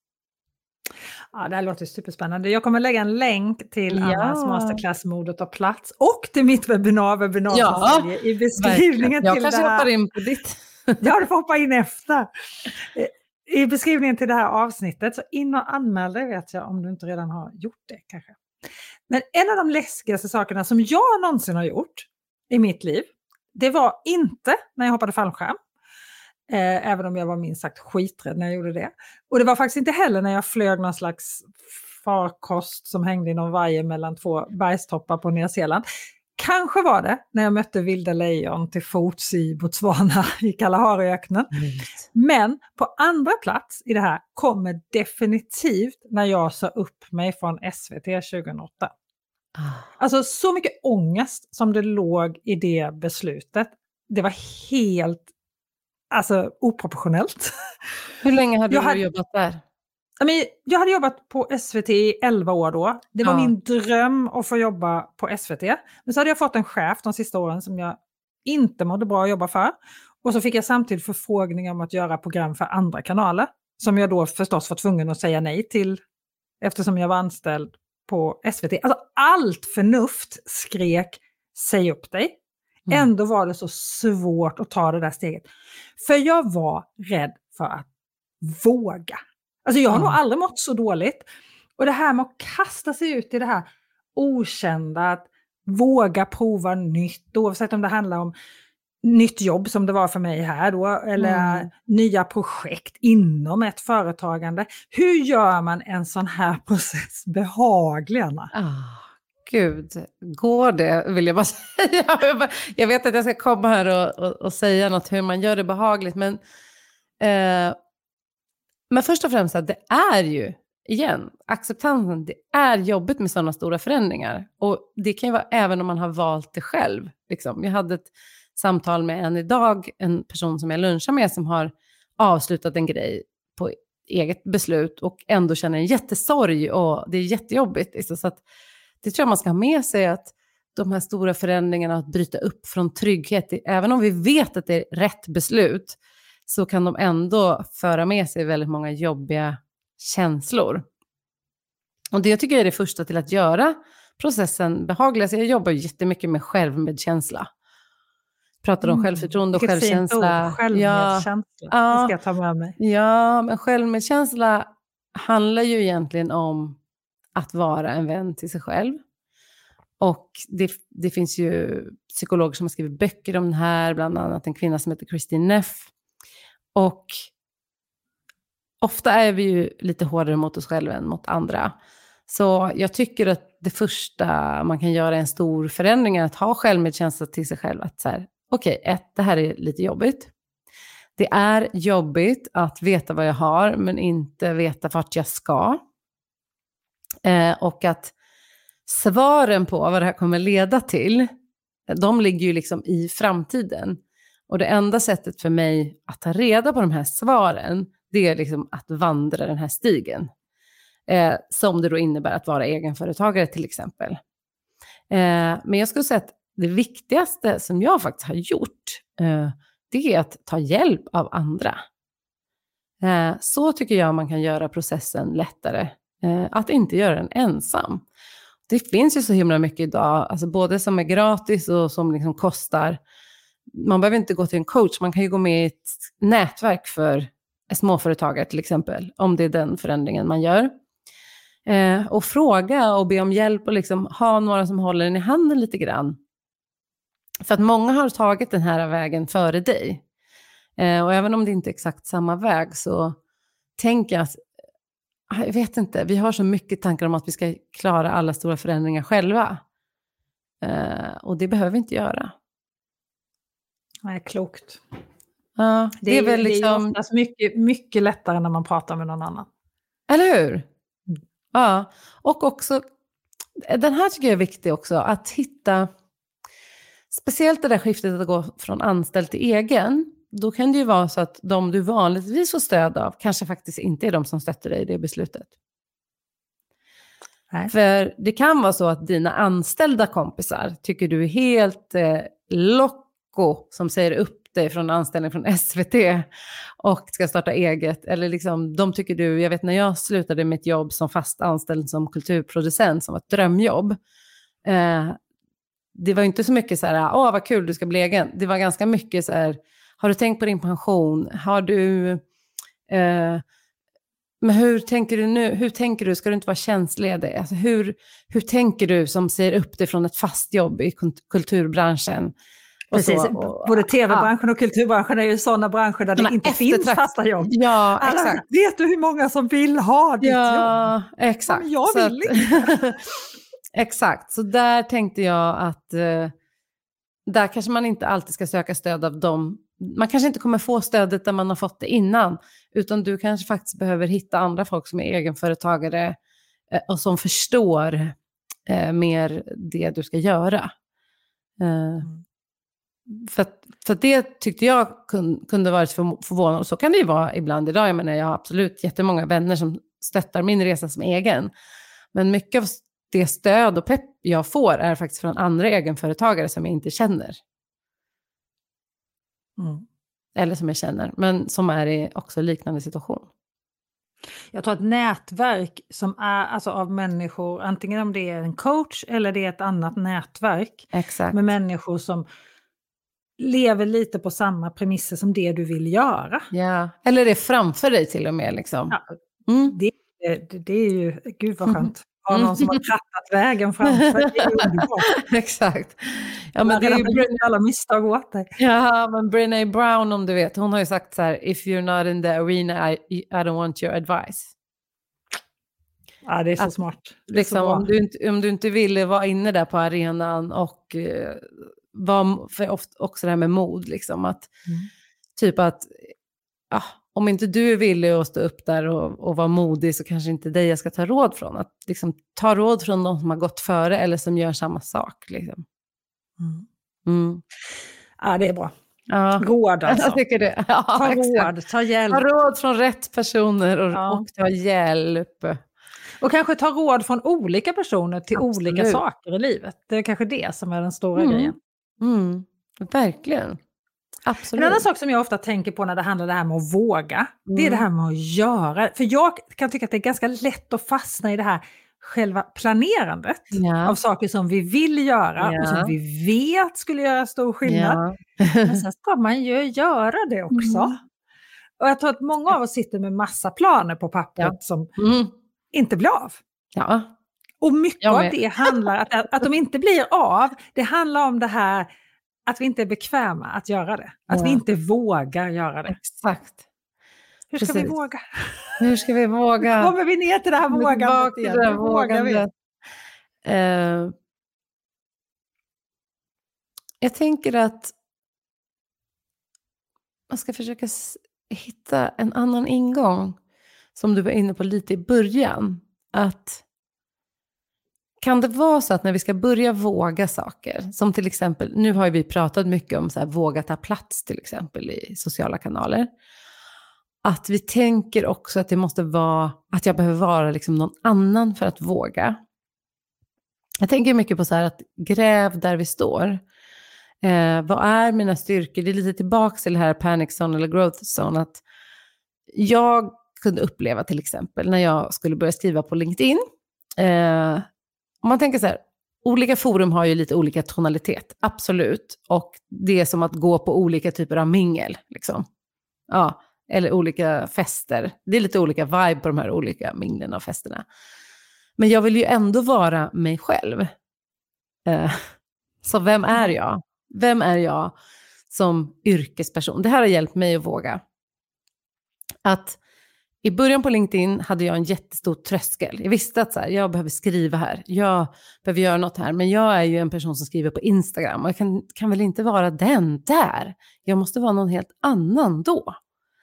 Ja, det här låter superspännande. Jag kommer lägga en länk till Annas masterclass Mod att ta plats och till mitt webinar i beskrivningen jag till kanske det här. hoppar in på ditt. Ja, du får hoppa in efter. I beskrivningen till det här avsnittet, så in och anmäl dig, vet jag, om du inte redan har gjort det kanske. Men en av de läskigaste sakerna som jag någonsin har gjort i mitt liv, det var inte när jag hoppade fallskärm. Även om jag var minst sagt skiträdd när jag gjorde det. Och det var faktiskt inte heller när jag flög någon slags farkost som hängde i någon vajer mellan 2 bergstoppar på Nya Zeeland. Kanske var det när jag mötte vilda lejon till fots i Botswana i Kalahariöknen. Men på andra plats i det här kommer definitivt när jag sa upp mig från SVT 2008. Alltså så mycket ångest som det låg i det beslutet. Det var helt oproportionellt. Hur länge hade du jobbat där? Jag hade jobbat på SVT i 11 år då. Det var min dröm att få jobba på SVT. Men så hade jag fått en chef de sista åren som jag inte mådde bra att jobba för. Och så fick jag samtidigt förfrågningar om att göra program för andra kanaler. Som jag då förstås var tvungen att säga nej till. Eftersom jag var anställd på SVT. Alltså allt förnuft skrek, säg upp dig. Ändå var det så svårt att ta det där steget. För jag var rädd för att våga. Alltså jag har nog aldrig mått så dåligt. Och det här med att kasta sig ut i det här okända, att våga prova nytt, oavsett om det handlar om nytt jobb som det var för mig här då, eller nya projekt inom ett företagande. Hur gör man en sån här process behaglig, Anna? Gud, går det vill jag bara säga. Jag vet att jag ska komma här och säga något hur man gör det behagligt. Men först och främst att det är ju, igen, acceptansen, det är jobbigt med sådana stora förändringar. Och det kan ju vara även om man har valt det själv. Liksom. Jag hade ett samtal med en person som jag lunchar med som har avslutat en grej på eget beslut och ändå känner en jättesorg och det är jättejobbigt. Liksom. Så att det tror jag man ska ha med sig, att de här stora förändringarna, att bryta upp från trygghet, även om vi vet att det är rätt beslut, så kan de ändå föra med sig väldigt många jobbiga känslor. Och det jag tycker är det första till att göra processen behaglig. Så jag jobbar jättemycket med självmedkänsla. Pratar om självförtroende och självkänsla. Självmedkänsla, det ska jag ta med mig. Ja, men självmedkänsla handlar ju egentligen om att vara en vän till sig själv. Och det finns ju psykologer som har skrivit böcker om det här, bland annat en kvinna som heter Kristin Neff. Och ofta är vi ju lite hårdare mot oss själva än mot andra. Så jag tycker att det första man kan göra är en stor förändring är att ha självmedkänsla till sig själv. Att så här, okej, det här är lite jobbigt. Det är jobbigt att veta vad jag har men inte veta vart jag ska. Och att svaren på vad det här kommer leda till, de ligger ju liksom i framtiden. Och det enda sättet för mig att ta reda på de här svaren, det är liksom att vandra den här stigen. Som det då innebär att vara egenföretagare till exempel. Men jag skulle säga att det viktigaste som jag faktiskt har gjort, det är att ta hjälp av andra. Så tycker jag man kan göra processen lättare. Att inte göra den ensam. Det finns ju så himla mycket idag, alltså både som är gratis och som liksom kostar. Man behöver inte gå till en coach, man kan ju gå med i ett nätverk för småföretagare till exempel, om det är den förändringen man gör. Och fråga och be om hjälp och liksom ha några som håller den i handen lite grann. För att många har tagit den här vägen före dig. Och även om det inte är exakt samma väg så tänker jag att, jag vet inte, vi har så mycket tankar om att vi ska klara alla stora förändringar själva. Och det behöver vi inte göra. Nej, klokt. Ja, det är väl det är ju liksom... oftast mycket, mycket lättare när man pratar med någon annan. Eller hur? Ja, och också, den här tycker jag är viktig också, att hitta, speciellt det där skiftet att gå från anställd till egen, då kan det ju vara så att de du vanligtvis får stöd av kanske faktiskt inte är de som stöttar dig i det beslutet. Nej. För det kan vara så att dina anställda kompisar tycker du är helt locko som säger upp dig från anställning från SVT och ska starta eget. Eller liksom, de tycker du, jag vet när jag slutade mitt jobb som fast anställd som kulturproducent som var ett drömjobb. Det var inte så mycket så här, vad kul du ska bli egen. Det var ganska mycket så här, har du tänkt på din pension? Har du... Men hur tänker du nu? Hur tänker du? Ska du inte vara tjänstledig? Alltså hur tänker du som ser upp dig från ett fast jobb i kulturbranschen? Precis, både tv-branschen och kulturbranschen är ju sådana branscher där det inte finns fasta jobb. Ja, exakt. Vet du hur många som vill ha ditt jobb? Ja, exakt. Men jag vill inte. Exakt, så där tänkte jag att där kanske man inte alltid ska söka stöd av dem. Man kanske inte kommer få stödet där man har fått det innan. Utan du kanske faktiskt behöver hitta andra folk som är egenföretagare och som förstår mer det du ska göra. För det tyckte jag kunde varit förvånande. Och så kan det ju vara ibland idag. Jag menar, jag har absolut jättemånga vänner som stöttar min resa som egen. Men mycket av det stöd och pepp jag får är faktiskt från andra egenföretagare som jag inte känner. Eller som jag känner, men som är i också liknande situation. Jag tror att nätverk som är alltså av människor, antingen om det är en coach eller det är ett annat nätverk. Exakt. Med människor som lever lite på samma premisser som det du vill göra. Ja, eller det är framför dig till och med. Liksom. Ja, det är ju, gud vad skönt. Har någon som har krattat vägen framför, det är underbart. Exakt. Ja, men det är ju alla misstag åt dig. Ja, men Brené Brown, om du vet, hon har ju sagt så här: if you're not in the arena, I don't want your advice. Ja, det är så smart. Det är liksom, så om du inte ville vara inne där på arenan och för också det här med mod, liksom, att typ att om inte du är villig att stå upp där och vara modig, så kanske inte dig jag ska ta råd från. Att liksom, ta råd från de som har gått före eller som gör samma sak. Liksom. Ja, det är bra. Ja. Råd alltså. Jag tycker det. Ja, ta råd, ta hjälp. Ta råd från rätt personer och ta hjälp. Och kanske ta råd från olika personer till olika saker i livet. Det är kanske det som är den stora grejen. Verkligen. Absolut. En annan sak som jag ofta tänker på när det handlar om det här med att våga, det är det här med att göra. För jag kan tycka att det är ganska lätt att fastna i det här själva planerandet av saker som vi vill göra och som vi vet skulle göra stor skillnad. Men sen ska man ju göra det också. Och jag tror att många av oss sitter med massa planer på pappret som inte blir av. Ja. Och mycket av det handlar att de inte blir av. Det handlar om det här att vi inte är bekväma att göra det. Att vi inte vågar göra det. Exakt. Hur ska vi våga? Hur ska vi våga? Kommer vi ner till det här vågandet igen? Hur vågar vi? Jag tänker att man ska försöka hitta en annan ingång som du var inne på lite i början. Att kan det vara så att när vi ska börja våga saker, som till exempel, nu har vi pratat mycket om så här, våga ta plats till exempel i sociala kanaler. Att vi tänker också att det måste vara, att jag behöver vara liksom någon annan för att våga. Jag tänker mycket på så här att gräv där vi står. Vad är mina styrkor? Det är lite tillbaka till det här panic zone eller growth zone. Att jag kunde uppleva till exempel när jag skulle börja skriva på LinkedIn. Om man tänker så här, olika forum har ju lite olika tonalitet, absolut. Och det är som att gå på olika typer av mingel, liksom. Ja, eller olika fester. Det är lite olika vibe på de här olika minglen och festerna. Men jag vill ju ändå vara mig själv. Så vem är jag? Vem är jag som yrkesperson? Det här har hjälpt mig att våga. Att i början på LinkedIn hade jag en jättestor tröskel. Jag visste att så här, jag behöver skriva här. Jag behöver göra något här. Men jag är ju en person som skriver på Instagram. Och jag kan väl inte vara den där. Jag måste vara någon helt annan då.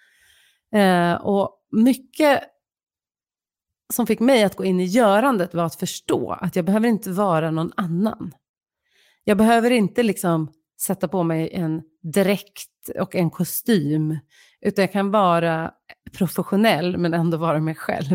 Och mycket som fick mig att gå in i görandet var att förstå att jag behöver inte vara någon annan. Jag behöver inte liksom sätta på mig en dräkt och en kostym. Utan jag kan vara professionell men ändå vara mig själv.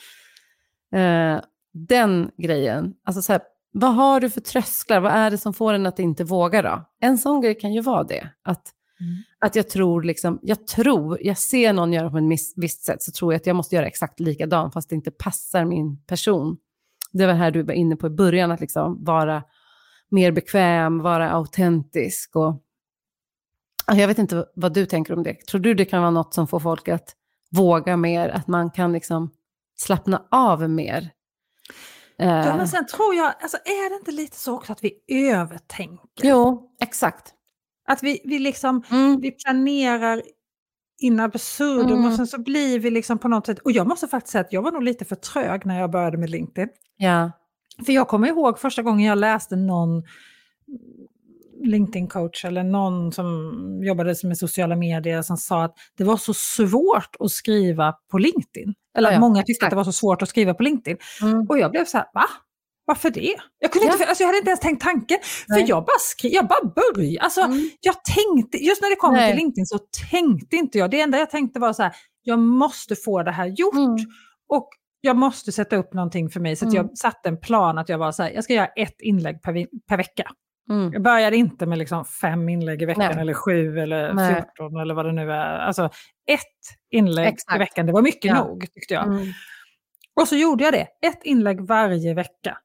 Den grejen. Alltså så här, vad har du för trösklar? Vad är det som får en att inte våga då? En sån grej kan ju vara det. Att jag tror liksom, jag ser någon göra på en visst sätt så tror jag att jag måste göra exakt likadan fast det inte passar min person. Det var här du var inne på i början, att liksom vara mer bekväm, vara autentisk. Och jag vet inte vad du tänker om det. Tror du det kan vara något som får folk att våga mer, att man kan liksom slappna av mer? Ja, men sen tror jag, alltså är det inte lite så också att vi övertänker? Jo, exakt. Att vi liksom, vi planerar in absurdum och sen så blir vi liksom på något sätt, och jag måste faktiskt säga att jag var nog lite för trög när jag började med LinkedIn. Ja. För jag kommer ihåg första gången jag läste någon LinkedIn-coach eller någon som jobbade med sociala medier som sa att det var så svårt att skriva på LinkedIn. Eller att många tyckte att det var så svårt att skriva på LinkedIn. Och jag blev så här, va? Varför det? Jag kunde inte, alltså jag hade inte ens tänkt tanken. För jag bara började. Alltså jag tänkte, just när det kom till LinkedIn så tänkte inte jag. Det enda jag tänkte var så här, jag måste få det här gjort. Och jag måste sätta upp någonting för mig. Så att jag satte en plan att jag var så här, jag ska göra 1 inlägg per vecka. Jag började inte med liksom 5 inlägg i veckan eller 7 eller 14 eller vad det nu är. Alltså 1 inlägg i veckan, det var mycket nog tyckte jag. Och så gjorde jag det, 1 inlägg varje vecka.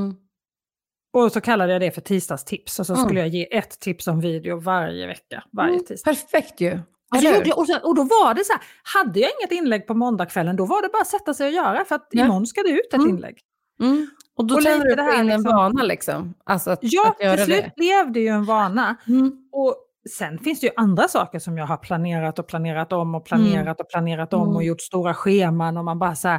Och så kallade jag det för tisdagstips. Och så skulle jag ge 1 tips om video varje vecka, varje tisdag. Perfekt ju. Och då var det så här, hade jag inget inlägg på måndagskvällen, då var det bara att sätta sig och göra. För att imorgon ska det ut ett inlägg. Och då känner du det här in en vana liksom? Alltså att göra till slut det. blev det ju en vana. Och sen finns det ju andra saker som jag har planerat och planerat om och planerat om och gjort stora scheman och man bara så här,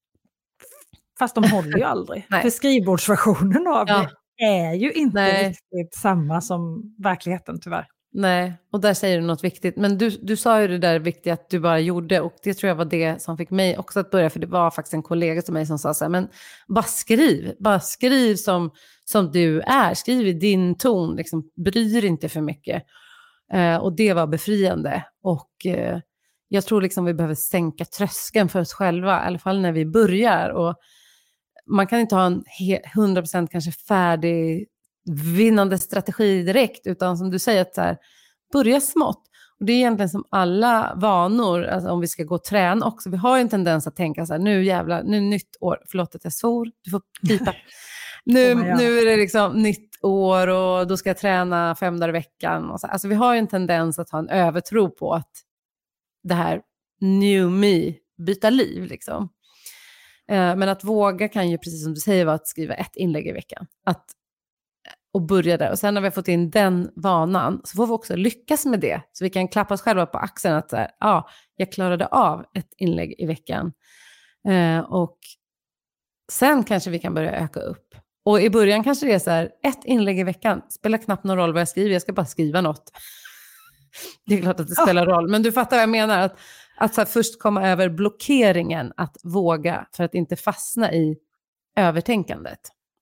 fast de håller ju aldrig. För skrivbordsversionen av det är ju inte riktigt samma som verkligheten tyvärr. Nej, och där säger du något viktigt. Men du sa ju det där viktiga att du bara gjorde, och det tror jag var det som fick mig också att börja, för det var faktiskt en kollega till mig som sa så här, men bara skriv som du är, skriv i din ton, liksom, bryr inte för mycket. Och det var befriande, och jag tror liksom vi behöver sänka tröskeln för oss själva, i alla fall när vi börjar, och man kan inte ha en 100% kanske färdig vinnande strategi direkt, utan som du säger att så här, börja smått. Och det är egentligen som alla vanor, alltså om vi ska gå och träna också, vi har ju en tendens att tänka så här, nu jävlar, nu är nytt år, förlåt att jag svor, du får pipa. Nu är det liksom nytt år och då ska jag träna 5 dagar i veckan. Och så. Alltså vi har ju en tendens att ha en övertro på att det här new me, byta liv liksom. Men att våga kan ju, precis som du säger, vara att skriva 1 inlägg i veckan. Och börja där. Och sen när vi har fått in den vanan så får vi också lyckas med det. Så vi kan klappa oss själva på axeln att så här, jag klarade av 1 inlägg i veckan. Och sen kanske vi kan börja öka upp. Och i början kanske det är så här, 1 inlägg i veckan. Spelar knappt någon roll vad jag skriver. Jag ska bara skriva något. Det är klart att det spelar roll. Men du fattar vad jag menar. Att så här, först komma över blockeringen. Att våga för att inte fastna i övertänkandet.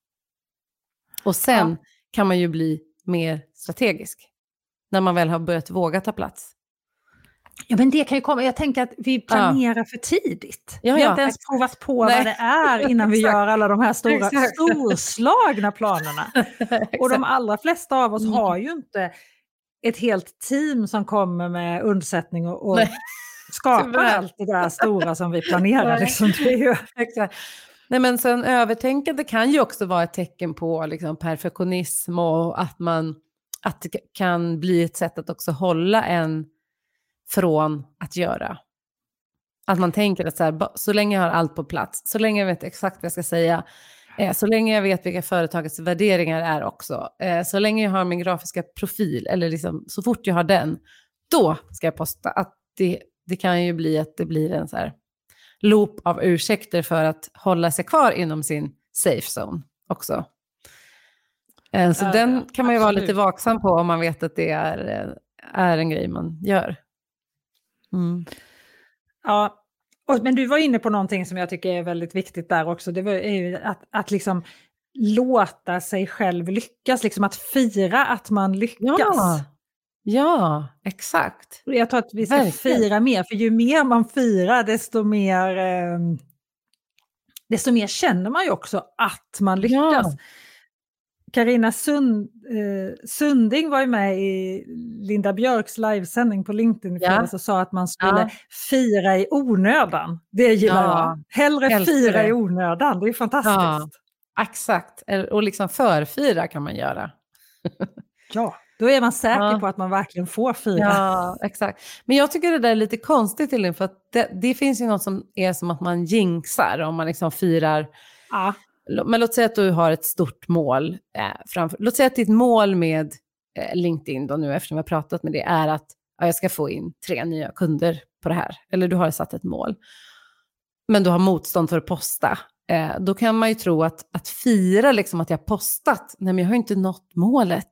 Och sen kan man ju bli mer strategisk. När man väl har börjat våga ta plats. Ja, men det kan ju komma. Jag tänker att vi planerar för tidigt. Vi har inte ens provat på vad det är innan vi gör alla de här storslagna planerna. Och de allra flesta av oss har ju inte ett helt team som kommer med undsättning och skapar allt det där stora som vi planerar. Liksom. Det är ju... Exakt. Nej, men sen övertänkande kan ju också vara ett tecken på liksom, perfektionism, och att det kan bli ett sätt att också hålla en från att göra. Att man tänker att så länge jag har allt på plats, så länge jag vet exakt vad jag ska säga, så länge jag vet vilka företagets värderingar är också, så länge jag har min grafiska profil, eller liksom, så fort jag har den, då ska jag posta. Att det kan ju bli att det blir en så här loop av ursäkter för att hålla sig kvar inom sin safe zone också. Så den kan man ju vara lite vaksam på om man vet att det är en grej man gör. Ja, men du var inne på någonting som jag tycker är väldigt viktigt där också. Det är ju att liksom låta sig själv lyckas, liksom att fira att man lyckas. Ja, exakt. Jag tror att vi ska fira mer, för ju mer man firar desto mer känner man ju också att man lyckas. Carina Sunding var ju med i Linda Björks livesändning på LinkedIn och sa att man skulle fira i onödan. Det gillar jag. Hellre fira i onödan, det är fantastiskt. Ja, exakt. Och liksom förfira kan man göra. Ja, då är man säker på att man verkligen får fira. Ja, exakt. Men jag tycker det där är lite konstigt till för att det finns ju något som är som att man jinxar om man liksom firar. Ja. Men låt säga att du har ett stort mål framför. Låt säga att ditt mål med LinkedIn då nu, eftersom vi har pratat med det, är att jag ska få in 3 nya kunder på det här. Eller du har satt ett mål. Men du har motstånd för att posta. Då kan man ju tro att fira liksom att jag postat. Nej, men jag har inte nått målet.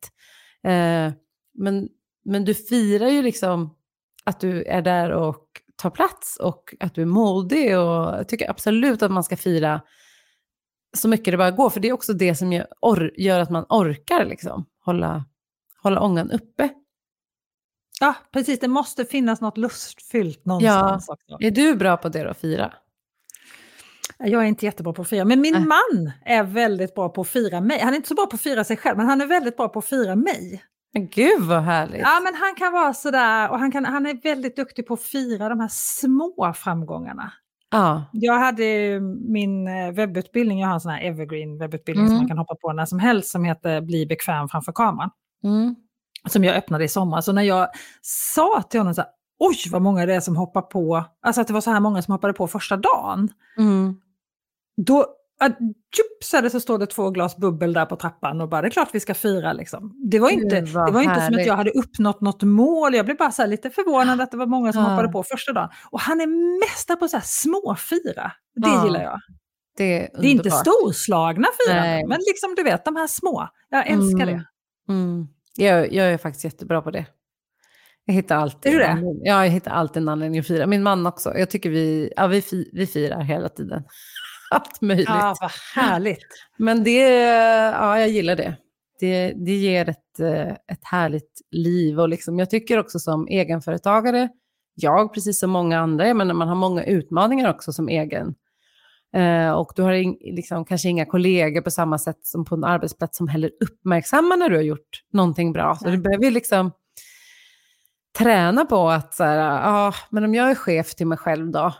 Men du firar ju liksom att du är där och tar plats och att du är modig. Och jag tycker absolut att man ska fira så mycket det bara går. För det är också det som gör att man orkar liksom hålla ångan uppe. Ja, precis. Det måste finnas något lustfyllt någonstans också. Är du bra på det då, fira? Jag är inte jättebra på att fira. Men min man är väldigt bra på att fira mig. Han är inte så bra på att fira sig själv, men han är väldigt bra på att fira mig. Men gud vad härligt. Ja, men han kan vara sådär. Och han är väldigt duktig på att fira de här små framgångarna. Ja. Jag hade min webbutbildning, jag har en sån här evergreen webbutbildning som man kan hoppa på när som helst, som heter Bli bekväm framför kameran. Som jag öppnade i sommar. Så när jag sa till honom så här, oj vad många det är som hoppar på, alltså att det var så här många som hoppade på första dagen. Då så står det 2 glas bubbel där på trappan och bara, det är klart vi ska fira liksom. Det var inte som att jag hade uppnått något mål. Jag blev bara så här lite förvånad att det var många som hoppade på första dagen. Och han är mästare på så här småfira. Det gillar jag. Det är inte storslagna firanden, men liksom du vet, de här små. Jag älskar det. Jag är faktiskt jättebra på det. Jag hittar alltid jag hittar alltid en anledning att fira. Min man också. Jag tycker vi firar hela tiden. Allt möjligt. Ja, vad härligt. Men jag gillar det. Det ger ett härligt liv. Och liksom, jag tycker också som egenföretagare, precis som många andra, men man har många utmaningar också som egen. Och du har liksom, kanske inga kollegor på samma sätt som på en arbetsplats som heller uppmärksammar när du har gjort någonting bra. Så du behöver liksom träna på att så här, men om jag är chef till mig själv då,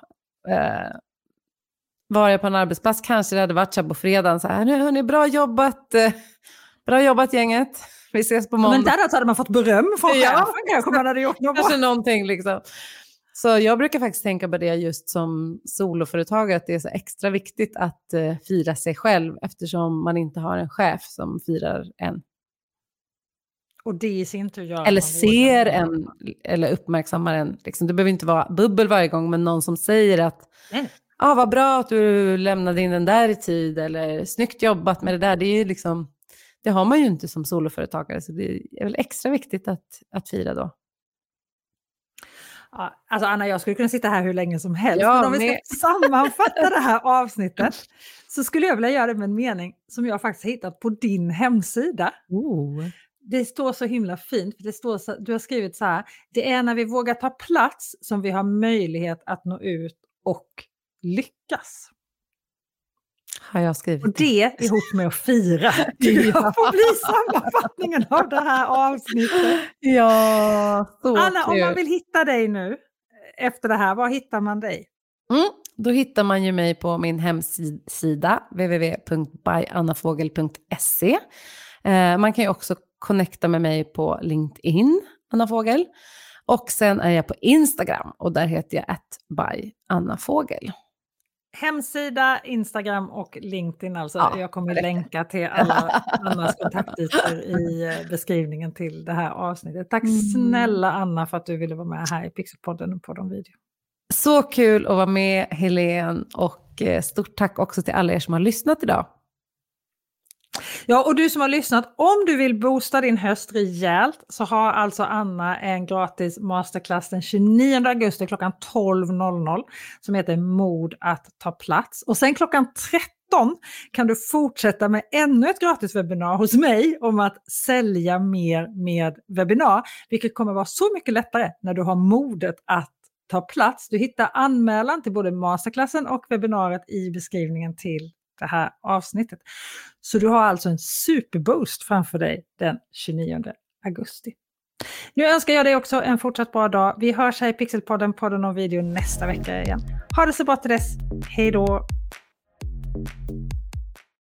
var jag på en arbetsplats kanske det hade varit så på fredagen så här, hörni, bra jobbat gänget, vi ses på måndag. Men där hade man fått beröm från chefen kanske man hade gjort något kanske någonting liksom. Så jag brukar faktiskt tänka på det just som soloföretagare, att det är så extra viktigt att fira sig själv eftersom man inte har en chef som firar en. Och det i sin tur gör eller ser en, eller uppmärksammar en. Liksom. Det behöver inte vara bubbel varje gång, men någon som säger att vad bra att du lämnade in den där i tid, eller snyggt jobbat med det där. Det är ju liksom, det har man ju inte som soloföretagare, så det är väl extra viktigt att fira då. Ja, alltså Anna, jag skulle kunna sitta här hur länge som helst. Men om vi ska sammanfatta det här avsnittet så skulle jag vilja göra det med en mening som jag faktiskt hittat på din hemsida. Det står så himla fint. För det står så, du har skrivit så här: det är när vi vågar ta plats som vi har möjlighet att nå ut och lyckas. Har jag skrivit. Och det ihop med att fira. Det får bli sammanfattningen av det här avsnittet. Ja, så Anna, om man vill hitta dig nu efter det här, var hittar man dig? Då hittar man ju mig på min hemsida www.byannafogel.se. Man kan ju också connecta med mig på LinkedIn, Anna Fågel. Och sen är jag på Instagram och där heter jag @byannafogel. Hemsida, Instagram och LinkedIn alltså. Ja, jag kommer länka till alla Annas kontaktytor i beskrivningen till det här avsnittet. Tack snälla Anna för att du ville vara med här i Pixelpodden på de video. Så kul att vara med, Helene, och stort tack också till alla er som har lyssnat idag. Ja, och du som har lyssnat, om du vill boosta din höst rejält så har alltså Anna en gratis masterclass den 29 augusti klockan 12.00 som heter Mod att ta plats. Och sen klockan 13 kan du fortsätta med ännu ett gratis webbinar hos mig om att sälja mer med webbinar, vilket kommer vara så mycket lättare när du har modet att ta plats. Du hittar anmälan till både masterklassen och webbinariet i beskrivningen till det här avsnittet. Så du har alltså en superboost framför dig den 29 augusti. Nu önskar jag dig också en fortsatt bra dag. Vi hörs här i Pixelpodden, podden och video nästa vecka igen. Ha det så bra till dess. Hej då!